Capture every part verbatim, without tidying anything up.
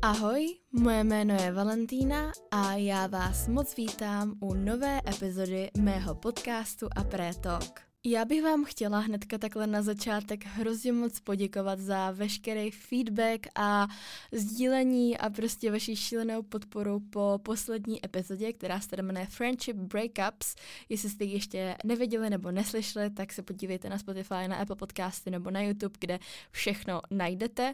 Ahoj, moje jméno je Valentína a já vás moc vítám u nové epizody mého podcastu Apré Talk. Já bych vám chtěla hnedka takhle na začátek hrozně moc poděkovat za veškerý feedback a sdílení a prostě vaši šílenou podporu po poslední epizodě, která se jmenuje Friendship Breakups. Jestli jste ji ještě neviděli nebo neslyšeli, tak se podívejte na Spotify, na Apple Podcasty nebo na YouTube, kde všechno najdete.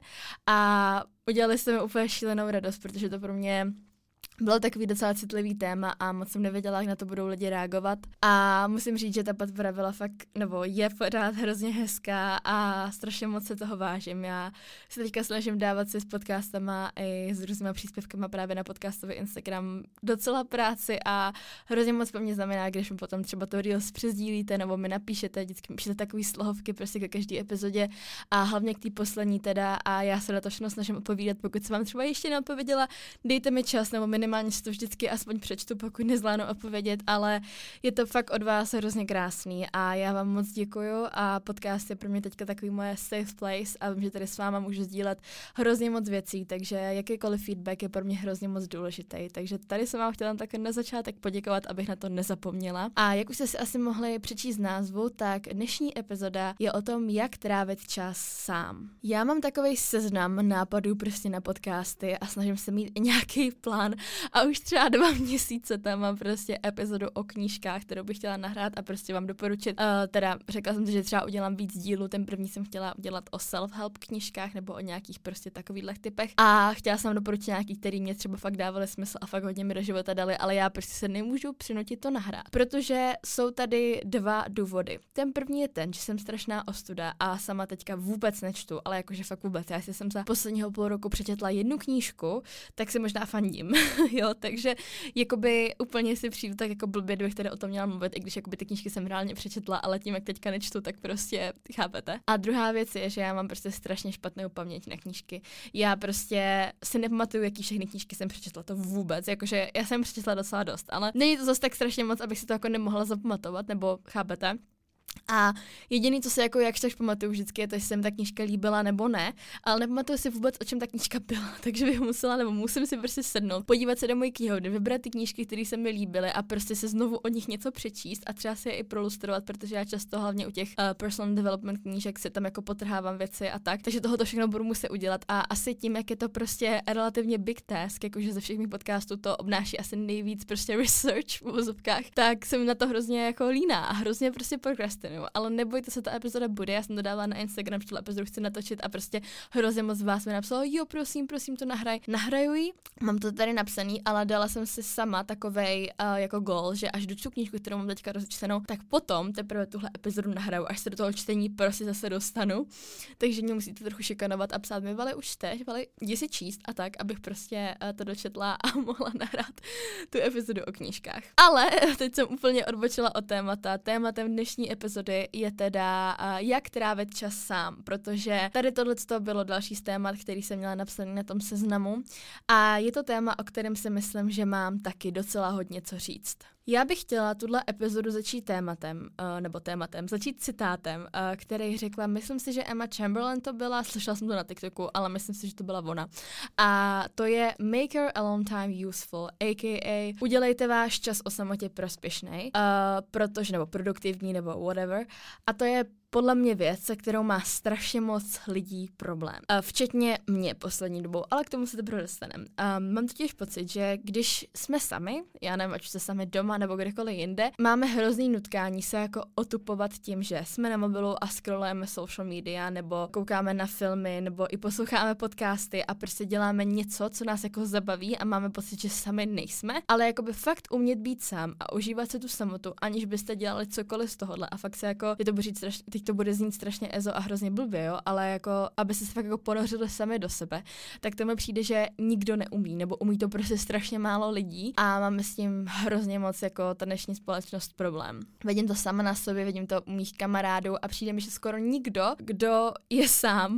A udělali jste mi úplně šílenou radost, protože to pro mě bylo takový docela citlivý téma a moc jsem nevěděla, jak na to budou lidi reagovat. A musím říct, že ta podpora byla fakt, nebo je pořád hrozně hezká a strašně moc se toho vážím. Já se teďka snažím dávat si s podcastama i s různýma příspěvkama právě na podcastový Instagram docela práci a hrozně moc pro mě znamená, když mi potom třeba to Reels přesdílíte nebo mi napíšete, vždycky mi píšete takový slohovky prostě ke každé epizodě a hlavně k té poslední teda a já se na to všechno snažím odpovídat, pokud jsem vám třeba ještě neodpověděla, dejte mi čas nebo minimálně si to vždycky aspoň přečtu, pokud nezvládnu odpovědět, ale je to fakt od vás hrozně krásný a já vám moc děkuju a podcast je pro mě teďka takový moje safe place a vím, že tady s váma můžu sdílet hrozně moc věcí, takže jakýkoliv feedback je pro mě hrozně moc důležitý, takže tady jsem vám chtěla také na začátek poděkovat, abych na to nezapomněla. A jak už jste si asi mohli přečíst názvu, tak dnešní epizoda je o tom, jak trávit čas sám. Já mám takovej seznam nápadů prostě na podcasty a snažím se mít i nějaký plán. A už třeba dva měsíce tam mám prostě epizodu o knížkách, kterou bych chtěla nahrát a prostě vám doporučit. Uh, teda řekla jsem si, že třeba udělám víc dílů, ten první jsem chtěla udělat o self-help knížkách nebo o nějakých prostě takových typech. A chtěla jsem doporučit nějaký, který mě třeba fakt dávaly smysl a fakt hodně mi do života dali, ale já prostě se nemůžu přinutit to nahrát. Protože jsou tady dva důvody. Ten první je ten, že jsem strašná ostuda a sama teďka vůbec nečtu, ale jakože fakt vůbec. Já si jsem za posledního půl roku přečetla jednu knížku, tak si možná fandím. Jo, takže jakoby úplně si přijdu tak jako blbě, kdybych tady o tom měla mluvit, i když jakoby ty knížky jsem reálně přečetla, ale tím, jak teďka nečtu, tak prostě chápete. A druhá věc je, že já mám prostě strašně špatnou paměť na knížky. Já prostě si nepamatuju, jaký všechny knížky jsem přečetla, to vůbec, jakože já jsem přečetla docela dost, ale není to zase tak strašně moc, abych si to jako nemohla zapamatovat, nebo chápete. A jediný, co se jako jakž tak pamatuju vždycky, je to, jestli se mi ta knížka líbila nebo ne, ale nepamatuju si vůbec, o čem ta knížka byla, takže bych musela, nebo musím si prostě sednout, podívat se do mojí knihovny, vybrat ty knížky, které se mi líbily a prostě se znovu o nich něco přečíst a třeba si je i prolustrovat, protože já často hlavně u těch uh, personal development knížek si tam jako potrhávám věci a tak, takže tohoto všechno budu muset udělat a asi tím, jak je to prostě relativně big task, jakože ze všech mých podcastů to obnáší asi nejvíc prostě research v uvozovkách, tak jsem na to hrozně jako líná a hrozně prostě procrastinu. Ale nebojte se, ta epizoda bude, já jsem to dávala na Instagram, že tu epizodu chci natočit a prostě hrozně moc z vás mi napsalo, jo, prosím, prosím, to nahraj. Nahraju ji, mám to tady napsaný, ale dala jsem si sama takovej uh, jako goal, že až do tu knížku, kterou mám teďka rozčtenou, tak potom teprve tuhle epizodu nahraju, až se do toho čtení prostě zase dostanu. Takže mě musíte trochu šikanovat a psát mi, Vale, už čteš, Vale, jdi si číst a tak, abych prostě uh, to dočetla a mohla nahrát tu epizodu o knížkách. Ale teď jsem úplně odbočila od témata. Tématem dnešní epizody je teda, uh, jak trávit čas sám, protože tady tohleto bylo další z témat, který jsem měla napsaný na tom seznamu a je to téma, o kterém si myslím, že mám taky docela hodně co říct. Já bych chtěla tuhle epizodu začít tématem, uh, nebo tématem, začít citátem, uh, který řekla, myslím si, že Emma Chamberlain to byla, slyšela jsem to na TikToku, ale myslím si, že to byla ona. A to je make your alone time useful, a k a udělejte váš čas o samotě prospěšnej, uh, protože, nebo produktivní, nebo whatever. A to je podle mě věc, se kterou má strašně moc lidí problém. Uh, včetně mě poslední dobou, ale k tomu se teprve dostaneme. Um, mám totiž pocit, že když jsme sami, já nevím, ať už jsme sami doma nebo kdekoliv jinde, máme hrozný nutkání se jako otupovat tím, že jsme na mobilu a scrollujeme social media, nebo koukáme na filmy, nebo i posloucháme podcasty a prostě děláme něco, co nás jako zabaví a máme pocit, že sami nejsme, ale jakoby fakt umět být sám a užívat se tu samotu, aniž byste dělali cokoliv z tohohle a fakt se jako, je to bude říct strašně, teď to bude znít strašně ezo a hrozně blbě, jo, ale jako, aby se fakt jako ponořili sami do sebe, tak to mi přijde, že nikdo neumí, nebo umí to prostě strašně málo lidí a máme s tím hrozně moc jako ta dnešní společnost problém. Vidím to sama na sobě, vidím to u mých kamarádů a přijde mi, že skoro nikdo, kdo je sám,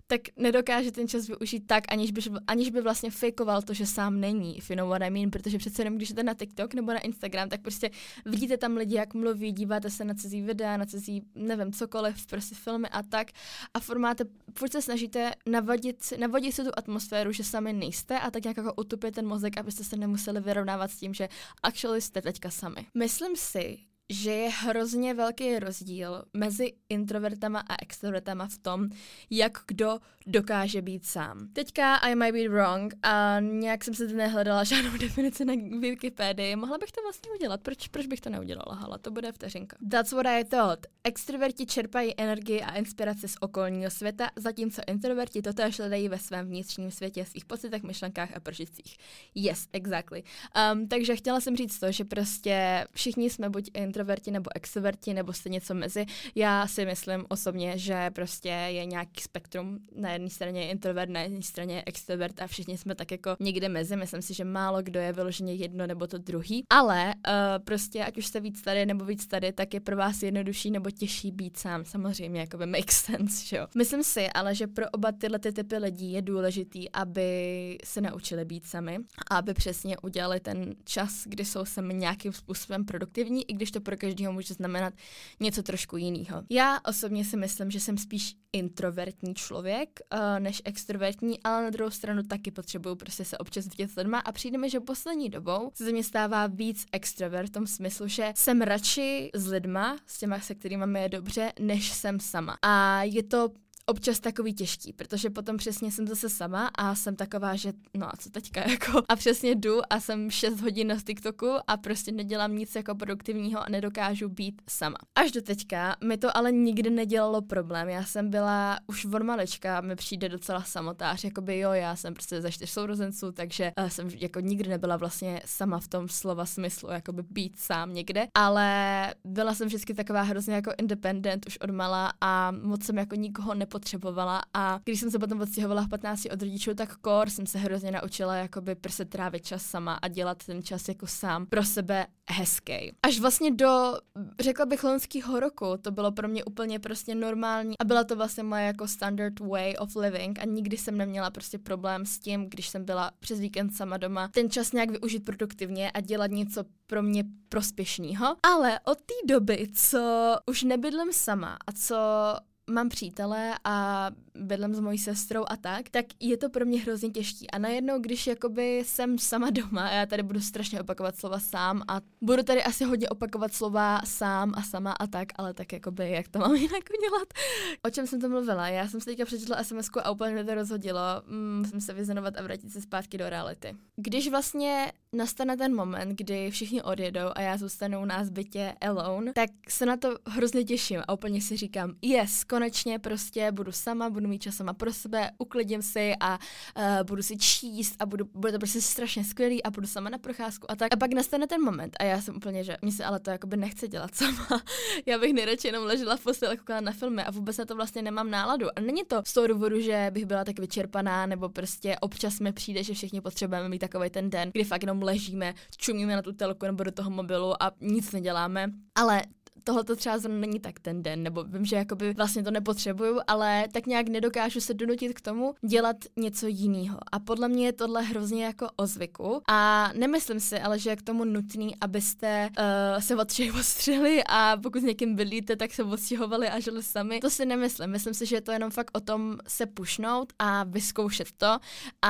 tak nedokáže ten čas využít tak, aniž by, aniž by vlastně fejkoval to, že sám není, if you know what I mean, protože přece jenom, když jste na TikTok nebo na Instagram, tak prostě vidíte tam lidi, jak mluví, díváte se na cizí videa, na cizí, nevím, cokoliv, prostě filmy a tak a formáte, furt se snažíte navodit, navodit si tu atmosféru, že sami nejste a tak nějak jako utopit ten mozek, abyste se nemuseli vyrovnávat s tím, že actually jste teďka sami. Myslím si, že je hrozně velký rozdíl mezi introvertama a extrovertama v tom, jak kdo dokáže být sám. Teďka I might be wrong a nějak jsem se nehledala žádnou definici na Wikipedii. Mohla bych to vlastně udělat. Proč, proč bych to neudělala? Hala, to bude vteřinka. That's what I thought. Extroverti čerpají energii a inspiraci z okolního světa, zatímco introverti to též hledají ve svém vnitřním světě, svých pocitech, myšlenkách a prožitcích. Yes, exactly. Um, takže chtěla jsem říct to, že prostě všichni jsme buď introverti nebo extroverti, nebo jste něco mezi. Já si myslím osobně, že prostě je nějaký spektrum. Na jedné straně je introvert, na jedné straně je extrovert a všichni jsme tak jako někde mezi. Myslím si, že málo kdo je vyloženě jedno nebo to druhý. Ale uh, prostě ať už jste víc tady nebo víc tady, tak je pro vás jednodušší nebo těžší být sám. Samozřejmě jakoby makes sense, že jo. Myslím si, ale že pro oba tyhle ty typy lidí je důležitý, aby se naučili být sami a aby přesně udělali ten čas, kdy jsou sami nějakým způsobem produktivní, i když to pro každého může znamenat něco trošku jiného. Já osobně si myslím, že jsem spíš introvertní člověk uh, než extrovertní, ale na druhou stranu taky potřebuju prostě se občas vidět s lidma a přijde mi, že poslední dobou se ze mě stává víc extrovert v tom smyslu, že jsem radši s lidma, s těma, se kterými mi je dobře, než jsem sama. A je to občas takový těžký, protože potom přesně jsem zase sama a jsem taková, že no a co teďka jako a přesně jdu a jsem šest hodin na TikToku a prostě nedělám nic jako produktivního a nedokážu být sama. Až do teďka mi to ale nikdy nedělalo problém. Já jsem byla už od malička, mi přijde docela samotář, jakoby jo, já jsem prostě ze čtyř sourozenců, takže uh, jsem jako nikdy nebyla vlastně sama v tom slova smyslu, jakoby být sám někde, ale byla jsem vždycky taková hrozně jako independent už od mala a moc jsem jako nikoho nepotřebovala potřebovala a když jsem se potom odstěhovala v patnácti od rodičů, tak kor jsem se hrozně naučila jakoby prostě trávit čas sama a dělat ten čas jako sám pro sebe hezký. Až vlastně do, řekla bych, loňského roku, to bylo pro mě úplně prostě normální a byla to vlastně moje jako standard way of living a nikdy jsem neměla prostě problém s tím, když jsem byla přes víkend sama doma, ten čas nějak využít produktivně a dělat něco pro mě prospěšného. Ale od té doby, co už nebydlím sama a co mám přítele a bydlím s mojí sestrou a tak, tak je to pro mě hrozně těžký. A najednou, když jakoby jsem sama doma, já tady budu strašně opakovat slova sám a budu tady asi hodně opakovat slova sám a sama a tak, ale tak jakoby, jak to mám jinak udělat? O čem jsem to mluvila? Já jsem si teďka přečetla es em esku a úplně mě to rozhodilo. Mm, musím se vyzenovat a vrátit se zpátky do reality. Když vlastně nastane ten moment, kdy všichni odjedou a já zůstanu u nás v bytě alone, tak se na to hrozně těším a úplně si říkám, yes, konečně prostě budu sama, budu mít čas sama pro sebe, uklidím si a uh, budu si číst a budu, bude to prostě strašně skvělý a budu sama na procházku a tak. A pak nastane ten moment a já jsem úplně, že mě se ale to jakoby nechce dělat sama. Já bych nejradši jenom ležela v posteli a koukala na filmy a vůbec na to vlastně nemám náladu. A není to z toho důvodu, že bych byla tak vyčerpaná nebo prostě občas mi přijde, že všichni potřebujeme mít takový ten den, kdy fakt jenom ležíme, čumíme na tu telku nebo do toho mobilu a nic neděláme. Ale tohle to třeba zrovna není tak ten den, nebo vím, že jakoby vlastně to nepotřebuju, ale tak nějak nedokážu se donutit k tomu dělat něco jiného. A podle mě je tohle hrozně jako o zvyku. A nemyslím si, ale že je k tomu nutný, abyste uh, se od všech odstřihli a pokud s někým bydlíte, tak se odstěhovali a žili sami. To si nemyslím. Myslím si, že je to jenom fakt o tom se pušnout a vyzkoušet to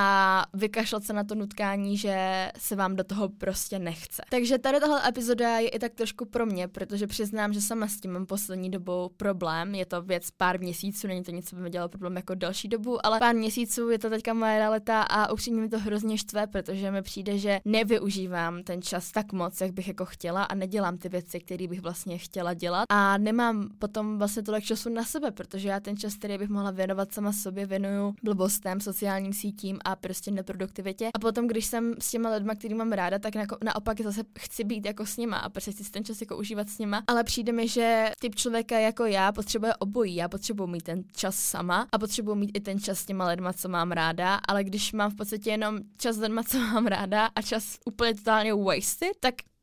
a vykašlat se na to nutkání, že se vám do toho prostě nechce. Takže tady tahle epizoda je i tak trošku pro mě, protože přiznám, že sama s tím mám poslední dobou problém. Je to věc pár měsíců, není to nic, co by mi dělalo problém jako další dobu, ale pár měsíců je to teďka moje realita a upřímně mi to hrozně štve, protože mi přijde, že nevyužívám ten čas tak moc, jak bych jako chtěla a nedělám ty věci, které bych vlastně chtěla dělat a nemám potom vlastně tolik času na sebe, protože já ten čas, který bych mohla věnovat sama sobě, věnuju blbostem, sociálním sítím a prostě neproduktivitě. A potom, když jsem s těma lidma, který mám ráda, tak naopak zase chci být jako s nima a prostě chci ten čas jako užívat s nima, ale přijde mi, že typ člověka jako já potřebuje obojí. Já potřebuji mít ten čas sama a potřebuji mít i ten čas s těma lidma, co mám ráda, ale když mám v podstatě jenom čas s lidma, co mám ráda a čas úplně totálně wasted, tak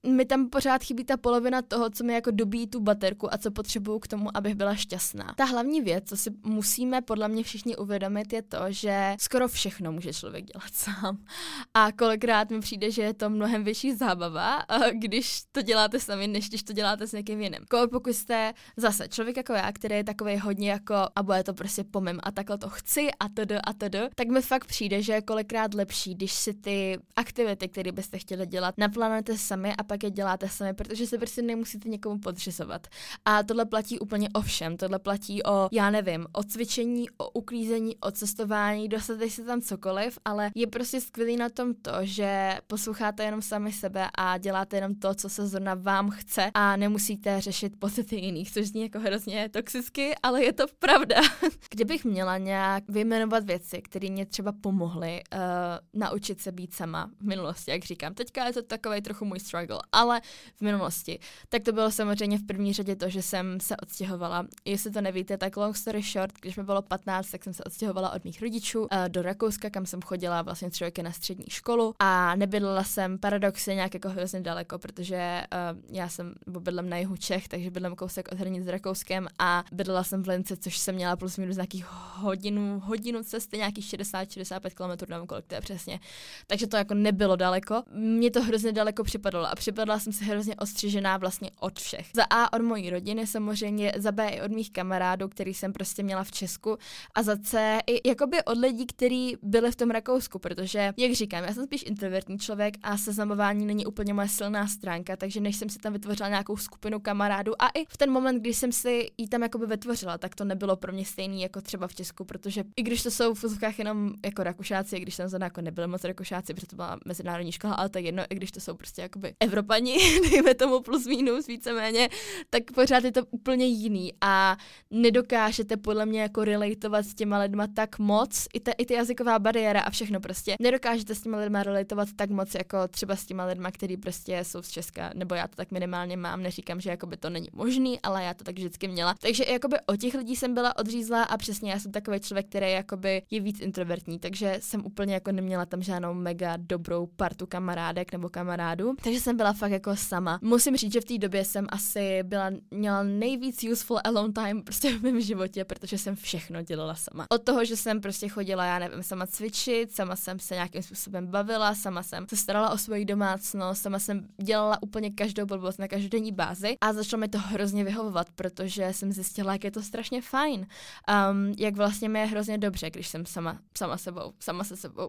mi tam pořád chybí ta polovina toho, co mi jako dobíjí tu baterku a co potřebuju k tomu, abych byla šťastná. Ta hlavní věc, co si musíme podle mě všichni uvědomit, je to, že skoro všechno může člověk dělat sám. A kolikrát mi přijde, že je to mnohem větší zábava, když to děláte sami, než když to děláte s někým jiným. Pokud jste zase člověk jako já, který je takovej hodně jako a bude to prostě po mém a takhle to chci a td a td, tak mi fakt přijde, že je kolikrát lepší, když si ty aktivity, které byste chtěli dělat, naplánujete sami a pak je děláte sami, protože se prostě nemusíte někomu podřizovat. A tohle platí úplně o všem. Tohle platí o, já nevím, o cvičení, o uklízení, o cestování, dostanete si tam cokoliv, ale je prostě skvělý na tom to, že posloucháte jenom sami sebe a děláte jenom to, co se zrovna vám chce a nemusíte řešit pocity jiných, což zní jako hrozně toxicky, ale je to pravda. Kdybych měla nějak vyjmenovat věci, které mě třeba pomohly uh, naučit se být sama v minulosti, jak říkám. Teďka je to takovej trochu můj struggle, ale v minulosti. Tak to bylo samozřejmě v první řadě to, že jsem se odstěhovala. Jestli to nevíte, tak long story short, když mi bylo patnáct, tak jsem se odstěhovala od mých rodičů uh, do Rakouska, kam jsem chodila vlastně tři roky na střední školu a nebydlela jsem paradoxně nějak jako hrozně daleko, protože uh, já jsem bydlem na jihu Čech, takže bydlem kousek od hranic s Rakouskem a bydlela jsem v Linci, což jsem měla plus minus nějakých hodinu, hodinu cesty, nějakých šedesát šedesát pět kilometrů, nevím kolik to je přesně. Takže to jako nebylo daleko. Mně to hrozně daleko připadalo a připadala jsem si hrozně odstřižená vlastně od všech. Za A od mojí rodiny samozřejmě, za B i od mých kamarádů, který jsem prostě měla v Česku a za C i jakoby od lidí, kteří byli v tom Rakousku, protože, jak říkám, já jsem spíš introvertní člověk a seznamování není úplně moje silná stránka, takže než jsem si tam vytvořila nějakou skupinu kamarádů a i v ten moment, kdy jsem si ji tam jakoby vytvořila, tak to nebylo pro mě stejný jako třeba v Česku, protože i když to jsou v fuzovkách jenom jako Rakušáci, i když tam zrovna jako nebyly moc Rakušáci, protože to byla mezinárodní škola, ale tak jedno, i když to jsou prostě jakoby Evropani, dejme tomu plus minus víceméně, tak pořád je to úplně jiný a nedokážete podle mě jako relatovat s těma lidma tak moc, i ta, i ta jazyková bariéra a všechno prostě, nedokážete s těma lidma relatovat tak moc jako třeba s těma lidma, který prostě jsou z Česka, nebo já to tak minimálně mám, neříkám, že jakoby to není možný, ale já to tak vždycky měla. Takže jakoby od těch lidí jsem byla odřízlá a přesně já jsem takový člověk, který jakoby je víc introvertní, takže jsem úplně jako neměla tam žádnou mega dobrou partu kamarádek nebo kamarádů, takže jsem byla fakt jako sama. Musím říct, že v té době jsem asi byla, měla nejvíc useful alone time prostě v mém životě, protože jsem všechno dělala sama. Od toho, že jsem prostě chodila, já nevím, sama cvičit, sama jsem se nějakým způsobem bavila, sama jsem se starala o svoji domácnost, sama jsem dělala úplně každou blbost na každodenní bázi a začalo mi to hrozně vyhovovat, protože jsem zjistila, jak je to strašně fajn. Um, jak vlastně mi je hrozně dobře, když jsem sama, sama sebou, sama se sebou.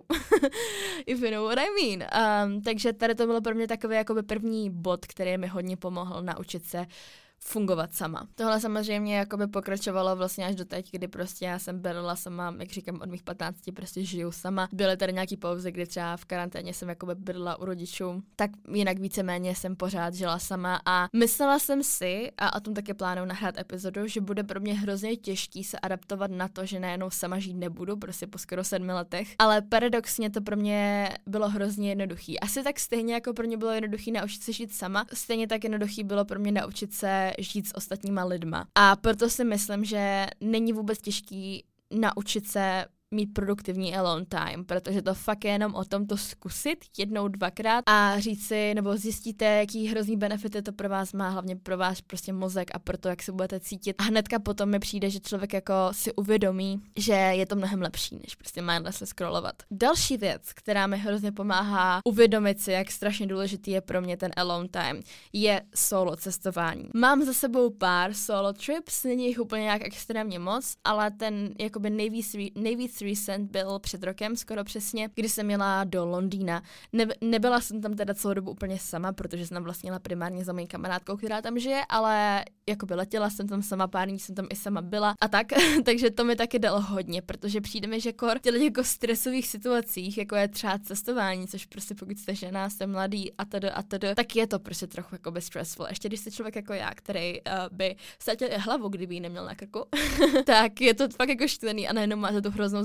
If you know what I mean. Um, takže tady to bylo pro mě takový jakoby první bod, který mi hodně pomohl naučit se fungovat sama. Tohle samozřejmě jakoby pokračovalo vlastně až do teď, kdy prostě já jsem bydlela sama, jak říkám, od mých patnácti prostě žiju sama. Byly tady nějaký pauzy, kdy třeba v karanténě jsem jakoby bydlela u rodičů, tak jinak víceméně jsem pořád žila sama a myslela jsem si, a o tom taky plánuju nahrát epizodu, že bude pro mě hrozně těžký se adaptovat na to, že najednou sama žít nebudu, prostě po skoro sedmi letech, ale paradoxně to pro mě bylo hrozně jednoduchý. Asi tak stejně jako pro mě bylo jednoduchý naučit se žít sama, stejně tak jednoduchý bylo pro mě naučit se žít s ostatníma lidma. A proto si myslím, že není vůbec těžký naučit se mít produktivní alone time, protože to fakt je jenom o tom to zkusit jednou, dvakrát a říct si, nebo zjistíte, jaký hrozný benefity to pro vás má, hlavně pro váš prostě mozek a pro to, jak se budete cítit. A hnedka potom mi přijde, že člověk jako si uvědomí, že je to mnohem lepší, než prostě mindlessly scrollovat. Další věc, která mi hrozně pomáhá uvědomit si, jak strašně důležitý je pro mě ten alone time, je solo cestování. Mám za sebou pár solo trips, není jich úplně nějak extrémně moc, ale ten jakoby nejvíc, nejvíc recent byl před rokem, skoro přesně, kdy jsem jela do Londýna. Ne, nebyla jsem tam teda celou dobu úplně sama, protože jsem tam vlastně jela primárně za mojí kamarádkou, která tam žije, ale jakoby letěla jsem tam sama, pár dní jsem tam i sama byla a tak, takže to mi taky dalo hodně, protože přijde mi, že kor v těch jako stresových situacích, jako je třeba cestování, což prostě pokud jste žena, jste mladý a tedy a tedy, tak je to prostě trochu jakoby stressful. Ještě když jste člověk jako já, který uh, by ztratil hlavu, kdyby ji neměl na krku, tak je to fakt jako štvený a najednou máte tu hroznou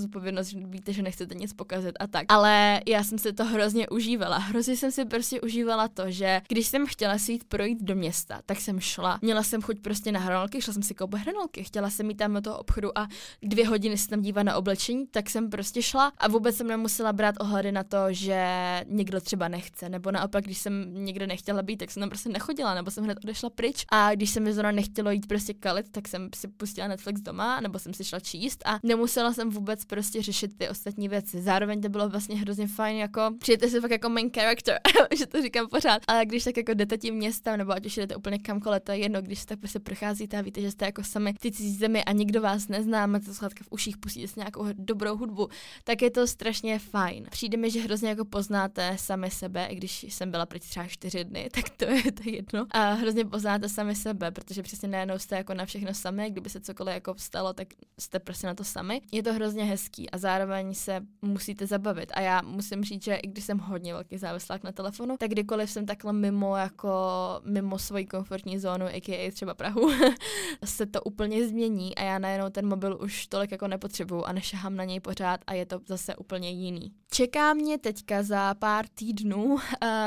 zodpovědnost, že víte, že nechcete nic pokazit a tak. Ale já jsem si to hrozně užívala. Hrozně jsem si prostě užívala to, že když jsem chtěla si jít projít do města, tak jsem šla. Měla jsem chuť prostě na hranolky, šla jsem si koupit hranolky, chtěla jsem jít tam do toho obchodu a dvě hodiny se tam dívat na oblečení, tak jsem prostě šla a vůbec jsem nemusela brát ohledy na to, že někdo třeba nechce, nebo naopak, když jsem někde nechtěla být, tak jsem tam prostě nechodila, nebo jsem hned odešla pryč. A když se mi zrovna nechtělo jít prostě kalit, tak jsem si pustila Netflix doma, nebo jsem si šla číst a nemusela jsem vůbec prostě řešit ty ostatní věci. Zároveň to bylo vlastně hrozně fajn, jako přijete si fakt jako main character, že to říkám pořád. Ale když tak jako jdete tím městem, nebo ať už jdete úplně kamkoliv, to je jedno, když tak prostě procházíte a víte, že jste jako sami v té cizí zemi a nikdo vás nezná, máte sluchátka v uších, pustíte si nějakou dobrou hudbu, tak je to strašně fajn. Přijde mi, že hrozně jako poznáte sami sebe, i když jsem byla pryč třeba čtyři dny, tak to je to jedno. A hrozně poznáte sami sebe, protože přesně najednou jste jako na všechno sami, kdyby se cokoliv jako stalo, tak jste prostě na to sami. Je to hrozně hezký a zároveň se musíte zabavit. A já musím říct, že i když jsem hodně velký závislák na telefonu, tak kdykoliv jsem takhle mimo jako mimo svoji komfortní zónu, a k a třeba Prahu, se to úplně změní a já najednou ten mobil už tolik jako nepotřebuju a nešahám na něj pořád a je to zase úplně jiný. Čeká mě teďka za pár týdnů uh,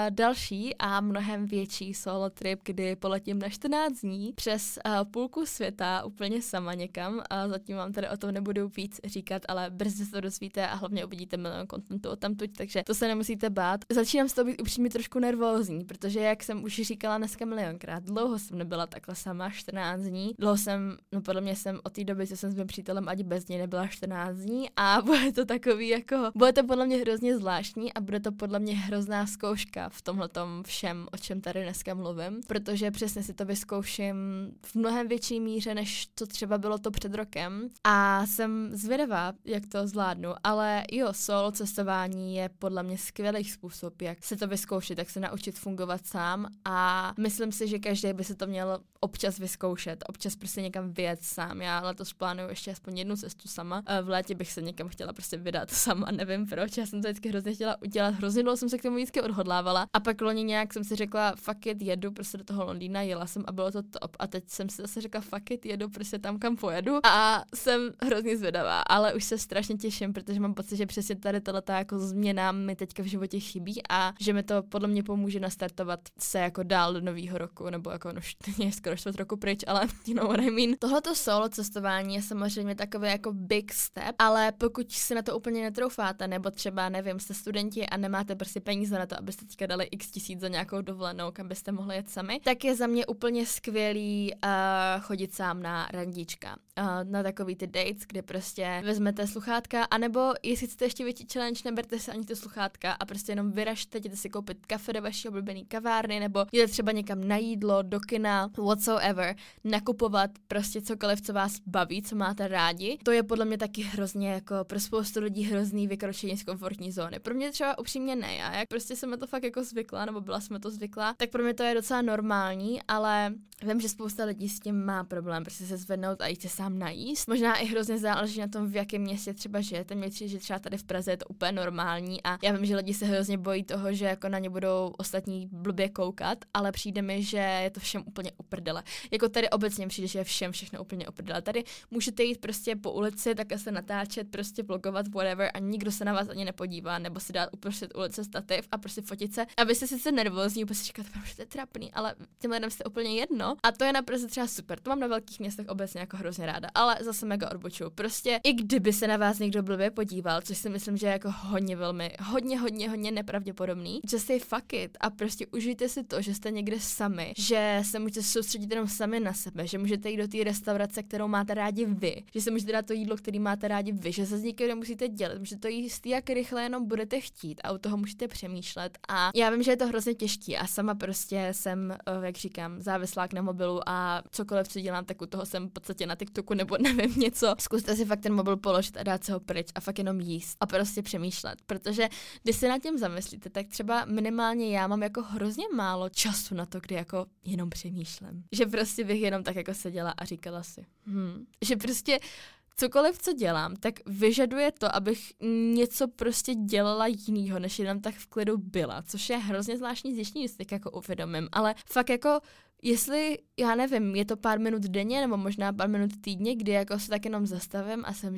další a mnohem větší solo trip, kdy poletím na čtrnáct dní přes uh, půlku světa úplně sama někam a zatím vám tady o tom nebudu víc říkat, ale brzy se to dozvíte a hlavně uvidíte milion kontentu o tamtuť, takže to se nemusíte bát. Začínám z toho být upřímně trošku nervózní, protože jak jsem už říkala dneska milionkrát, dlouho jsem nebyla takhle sama čtrnáct dní. Dlouho jsem, no podle mě jsem od té doby, co jsem s mým přítelem ani bez něj nebyla čtrnáct dní a bude to takový jako, bude to podle mě hrozně zvláštní a bude to podle mě hrozná zkouška v tomhletom všem, o čem tady dneska mluvím, protože přesně si to vyzkouším v mnohem větší míře, než to třeba bylo to před rokem a jsem zvědavá, jak to zvládnu, ale jo, solo cestování je podle mě skvělý způsob, jak se to vyzkoušet, jak se naučit fungovat sám a myslím si, že každý by se to měl občas vyzkoušet, občas prostě někam vyjet sám. Já letos plánuju ještě aspoň jednu cestu sama. V létě bych se někam chtěla prostě vydat sama, nevím proč, já jsem to vždycky hrozně chtěla udělat, hrozně dlouho jsem se k tomu vždycky odhodlávala a pak loni nějak jsem si řekla fuck it, jedu prostě do toho Londýna, jela jsem a bylo to top a teď jsem si zase řekla fuck it, jedu prostě tam, kam pojedu a jsem hrozně zvědavá, ale už se strašně těším, protože mám pocit, že přesně tady tato jako změna mi teďka v životě chybí a že mi to podle mě pomůže nastartovat se jako dál do nového roku, nebo jako no je skoro čtvrt roku pryč, ale you know what I mean. Tohleto solo cestování je samozřejmě takový jako big step, ale pokud si na to úplně netroufáte, nebo třeba nevím, jste studenti a nemáte prostě peníze na to, abyste teďka dali x tisíc za nějakou dovolenou, kam byste mohli jet sami, tak je za mě úplně skvělý uh, chodit sám na randíčka. Uh, na takový ty dates, kde prostě vezmete sluchátka, anebo jestli chcete ještě větší challenge, neberte si ani ty sluchátka a prostě jenom vyražte, jděte si koupit kafe do vaší oblíbený kavárny, nebo jděte třeba někam na jídlo, do kina, whatsoever, nakupovat prostě cokoliv, co vás baví, co máte rádi. To je podle mě taky hrozně jako pro spoustu lidí hrozný vykročení z komfortní zóny. Pro mě třeba upřímně ne, já jak prostě jsem na to fakt jako zvykla, nebo byla jsem na to zvyklá, tak pro mě to je docela normální, ale vím, že spousta lidí s tím má problém, prostě se zvednout a jít se sám najíst. Možná i hrozně záleží na tom, v jakém městě třeba žijete. Mě přijde, že třeba tady v Praze je to úplně normální a já vím, že lidi se hrozně bojí toho, že jako na ně budou ostatní blbě koukat, ale přijde mi, že je to všem úplně uprdele. Jako tady obecně přijde, že je všem všechno úplně uprdele. Tady můžete jít prostě po ulici, také se natáčet, prostě vlogovat, whatever a nikdo se na vás ani nepodívá, nebo si dát uprostřed ulice stativ a prostě fotit se. A vy jste sice nervózní, prostě říkáte, že to je trapný, ale těm lidem jste úplně jedno. A to je naprosto třeba super. To mám na velkých městech obecně jako hrozně ráda, ale zase mega odbočuju. Prostě i kdyby se na vás někdo blbě podíval, což si myslím, že je jako hodně velmi, hodně, hodně, hodně nepravděpodobný, že si fuck it a prostě užijte si to, že jste někde sami, že se můžete soustředit jenom sami na sebe, že můžete jít do té restaurace, kterou máte rádi vy, že se můžete dát to jídlo, který máte rádi vy, že se s nikým nemusíte dělat, můžete to jíst jak rychle jenom budete chtít a u toho můžete přemýšlet. A já vím, že je to hrozně těžký a sama prostě jsem, jak říkám, závislák na mobilu a cokoliv, co dělám, tak u toho jsem v podstatě na TikToku nebo nevím něco. Zkuste si fakt ten mobil položit a dát se ho pryč a fakt jenom jíst a prostě přemýšlet, protože když se nad tím zamyslíte, tak třeba minimálně já mám jako hrozně málo času na to, kdy jako jenom přemýšlím. Že prostě bych jenom tak jako seděla a říkala si, hm, že prostě cokoliv, co dělám, tak vyžaduje to, abych něco prostě dělala jinýho, než jenom tak v klidu byla, což je hrozně zvláštní zjištění, když jako uvědomím, ale fakt jako jestli, já nevím, je to pár minut denně, nebo možná pár minut týdně, kdy jako se tak jenom zastavím a jsem, že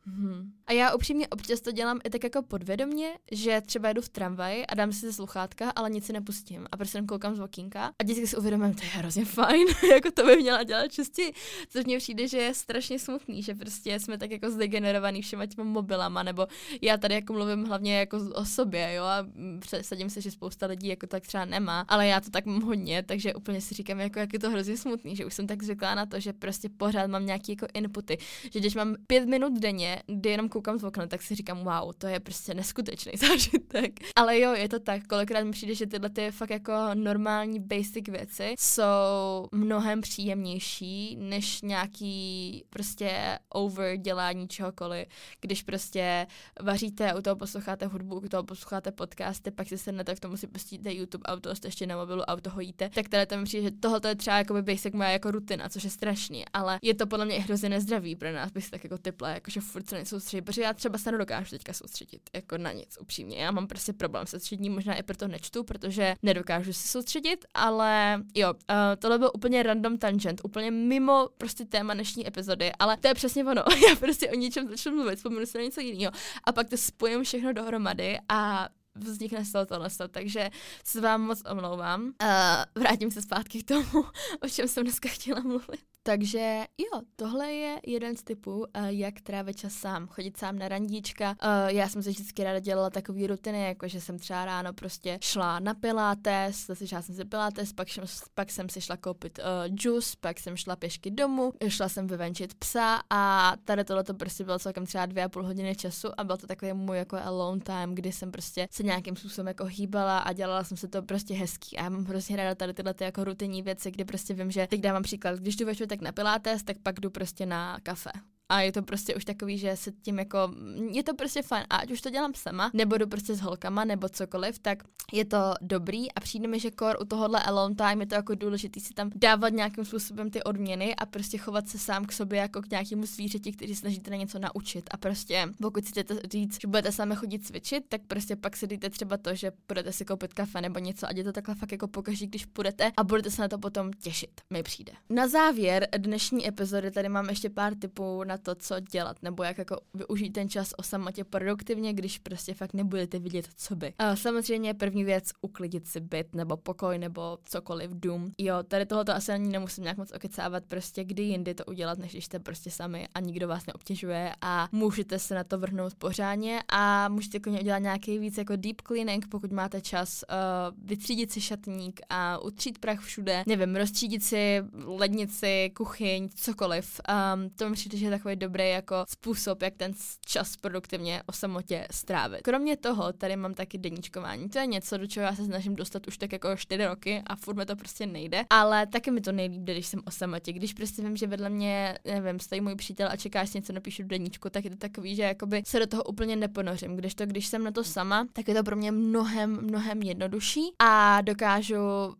Hmm. A já upřímně občas to dělám i tak jako podvědomě, že třeba jedu v tramvaji a dám si sluchátka, ale nic si nepustím a prostě koukám z okýnka a vždycky si uvědomím, to je hrozně fajn, jako to by měla dělat častěji, což mně přijde, že je strašně smutný, že prostě jsme tak jako zdegenerovaný všema těma mobilama, nebo já tady jako mluvím hlavně jako o sobě, jo, a představím se, že spousta lidí jako tak třeba nemá, ale já to tak mám hodně, takže úplně si říkám, jako jak je to hrozně smutný, že už jsem tak zvyklá na to, že prostě pořád mám nějaký jako inputy, že když mám pět minut denně, kdy jenom koukám z okna, tak si říkám, wow, to je prostě neskutečný zážitek. Ale jo, je to tak, kolikrát mi přijde, že tyhle ty fakt jako normální basic věci jsou mnohem příjemnější, než nějaký prostě over dělání čehokoliv, když prostě vaříte, u toho posloucháte hudbu, u toho posloucháte podcasty, pak si sednete, k tomu si pustíte YouTube, auto jste ještě na mobilu, auto hojíte, tak tady tam mi přijde, že tohle je třeba jako basic moja jako rutina, což je strašný, ale je to podle mě i hrozně nezdravý pro nás, bych si tak jako typla, jakože furt se nesoustředit, protože já třeba se nedokážu teďka soustředit, jako na nic, upřímně. Já mám prostě problém se soustředěním, možná i proto nečtu, protože nedokážu se soustředit, ale jo, uh, tohle byl úplně random tangent, úplně mimo prostě téma dnešní epizody, ale to je přesně ono. Já prostě o ničem začnu mluvit, vzpomenu si na něco jiného a pak to spojím všechno dohromady a vznikne z toho tohle, takže se vám moc omlouvám. Uh, vrátím se zpátky k tomu, o čem jsem dneska chtěla mluvit. Takže jo, tohle je jeden z typů, uh, jak trávit čas sám, chodit sám na randíčka. Uh, já jsem se vždycky ráda dělala takový rutiny, jako že jsem třeba ráno prostě šla na pilates, zase šla jsem si pilates, pak, šel, pak jsem si šla koupit uh, džus, pak jsem šla pěšky domů, šla jsem vyvenčit psa a tady tohle to prostě bylo celkem třeba dvě a půl hodiny času a byl to takový můj jako alone time, kdy jsem prostě se nějakým způsobem jako hýbala a dělala jsem se to prostě hezký a já mám hrozně ráda tady tyhle ty jako rutinní věci, kdy prostě vím, že teď dávám příklad, když jdu večer na pilates, tak pak jdu prostě na kafe. A je to prostě už takový, že se tím jako, je to prostě fajn. A ať už to dělám sama, nebo jdu prostě s holkama, nebo cokoliv, tak je to dobrý a přijde mi, že kor u tohohle alone time je to jako důležitý si tam dávat nějakým způsobem ty odměny a prostě chovat se sám k sobě jako k nějakému zvířeti, který snažíte na něco naučit. A prostě pokud si chcete říct, že budete sami chodit cvičit, tak prostě pak si dejte třeba to, že budete si koupit kafe nebo něco a je to takhle fakt jako pokaždé, když půjdete a budete se na to potom těšit. Mi přijde. Na závěr dnešní epizody tady mám ještě pár tipů na to, co dělat, nebo jak jako využít ten čas o samotě produktivně, když prostě fakt nebudete vidět, co by. A samozřejmě první věc, uklidit si byt, nebo pokoj, nebo cokoliv, dům. Jo, tady tohoto asi ani nemusím nějak moc okecávat, prostě kdy jindy to udělat, než když jste prostě sami a nikdo vás neobtěžuje a můžete se na to vrhnout pořádně a můžete klidně udělat nějaký víc jako deep cleaning, pokud máte čas, uh, vytřídit si šatník a utřít prach všude, nevím, rozstřídit si lednici, kuchyň, cokoliv. Um, to mi přijde, že je takový dobrý jako způsob, jak ten čas produktivně o samotě strávit. Kromě toho, tady mám taky deníčkování. To je něco, do čeho já se snažím dostat už tak jako čtyři roky a furt mi to prostě nejde, ale taky mi to nejlíp jde, když jsem o samotě. Když prostě vím, že vedle mě, nevím, stojí můj přítel a čeká, až něco napíšu do deníčku, tak je to takový, že jakoby se do toho úplně neponořím. Když to, když jsem na to sama, tak je to pro mě mnohem, mnohem jednodušší a dokážu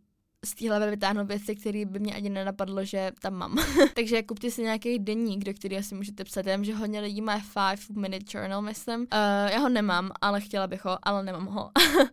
z té hlavy vytáhnout věci, které by mě ani nenapadlo, že tam mám. Takže kupte si nějaký deník, do který asi můžete psat. Já vím, že hodně lidí má five minute journal, myslím. Uh, já ho nemám, ale chtěla bych ho, ale nemám ho.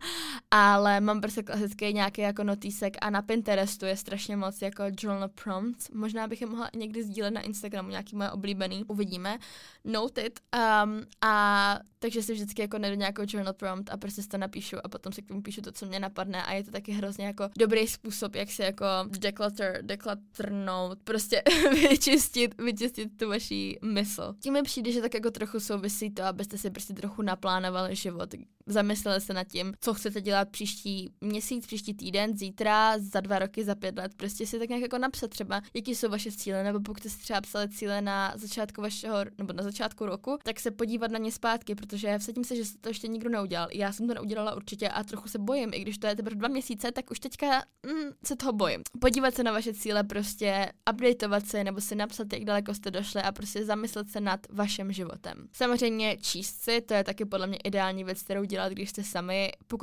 Ale mám prostě klasický nějaký jako notýsek a na Pinterestu je strašně moc jako journal prompts. Možná bych je mohla někdy sdílet na Instagramu, nějaký moje oblíbený. Uvidíme. Noted. Um, a takže si vždycky jako najdu nějakou journal prompt a prostě si to napíšu a potom si k tomu píšu to, co mě napadne a je to taky hrozně jako dobrý způsob, jak si jako declutter, declutternout, prostě vyčistit, vyčistit tu vaší mysl. Tím mi přijde, že tak jako trochu souvisí to, abyste si prostě trochu naplánovali život. Zamysleli se nad tím, co chcete dělat příští měsíc, příští týden, zítra, za dva roky, za pět let. Prostě si tak nějak jako napsat třeba, jaký jsou vaše cíle, nebo pokud jste třeba psali cíle na začátku vašeho, nebo na začátku roku, tak se podívat na ně zpátky, protože vsadím se, že to ještě nikdo neudělal. Já jsem to neudělala určitě a trochu se bojím, i když to je teprve dva měsíce, tak už teďka mm, se toho bojím. Podívat se na vaše cíle, prostě updateovat se, nebo si napsat, jak daleko jste došli a prostě zamyslet se nad vaším životem. Samozřejmě číst si, to je taky podle mě ideální věc, kterou dělat, když jste sami. Pokud máte problém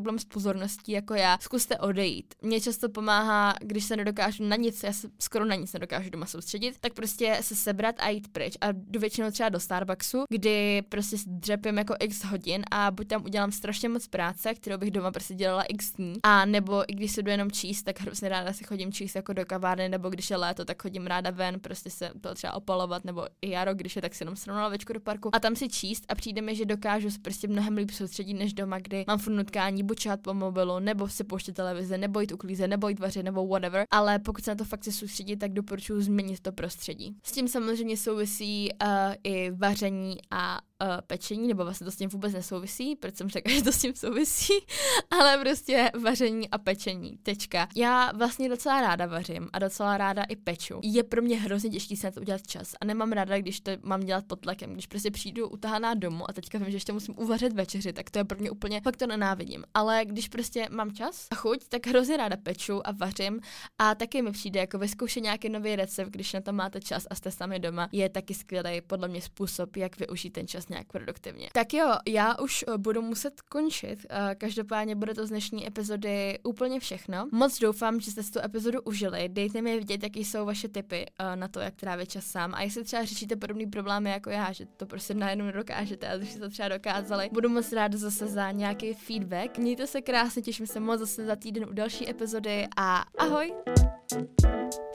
problém s pozorností jako já, zkuste odejít. Mně často pomáhá, když se nedokážu na nic, já se skoro na nic nedokážu doma soustředit, tak prostě se sebrat a jít pryč. A jdu většinou třeba do Starbucksu, kdy prostě dřepím jako x hodin a buď tam udělám strašně moc práce, kterou bych doma prostě dělala x dní, a nebo i když se jdu jenom číst, tak hrozně ráda si chodím číst jako do kavárny, nebo když je léto, tak chodím ráda ven, prostě se to třeba opalovat, nebo i jaro, když je, tak si jenom srovnala večku do parku a tam si číst a přijde mi, že dokážu prostě mnohem líp soustředit než doma, kdy mám furt nutkání buď čát po mobilu, nebo si pouštět televize, nebo jít uklízet, nebo jít vařit, nebo whatever, ale pokud se na to fakt chci soustředit, tak doporučuji změnit to prostředí. S tím samozřejmě souvisí uh, i vaření a uh, pečení, nebo vlastně to s tím vůbec nesouvisí, proč jsem řekla, že to s tím souvisí, ale prostě vaření a pečení, tečka. Já vlastně docela ráda vařím a docela ráda i peču. Je pro mě hrozně těžký se na to udělat čas a nemám ráda, když to mám dělat pod tlakem, když prostě přijdu utahaná domů a teďka vím, že ještě musím uvařit večeři, tak to je pro mě úplně, fakt to nenávidím. Ale když prostě mám čas a chuť, tak hrozně ráda peču a vařím a taky mi přijde jako vyzkoušet nějaký nový recept, když na to máte čas a jste sami doma, je taky skvělý podle mě způsob, jak využít ten čas nějak produktivně. Tak jo, já už budu muset končit. Každopádně bude to z dnešní epizody úplně všechno. Moc doufám, že jste si tu epizodu užili. Dejte mi vědět, jaký jsou vaše tipy na to, jak trávit čas sám. A jestli třeba řešíte podobný problémy jako já, že to prostě najednou nedokážete, ale že to třeba dokázali, budu moc ráda zase za nějaký feedback. Mějte se krásně, těším se moc zase za týden u další epizody a ahoj!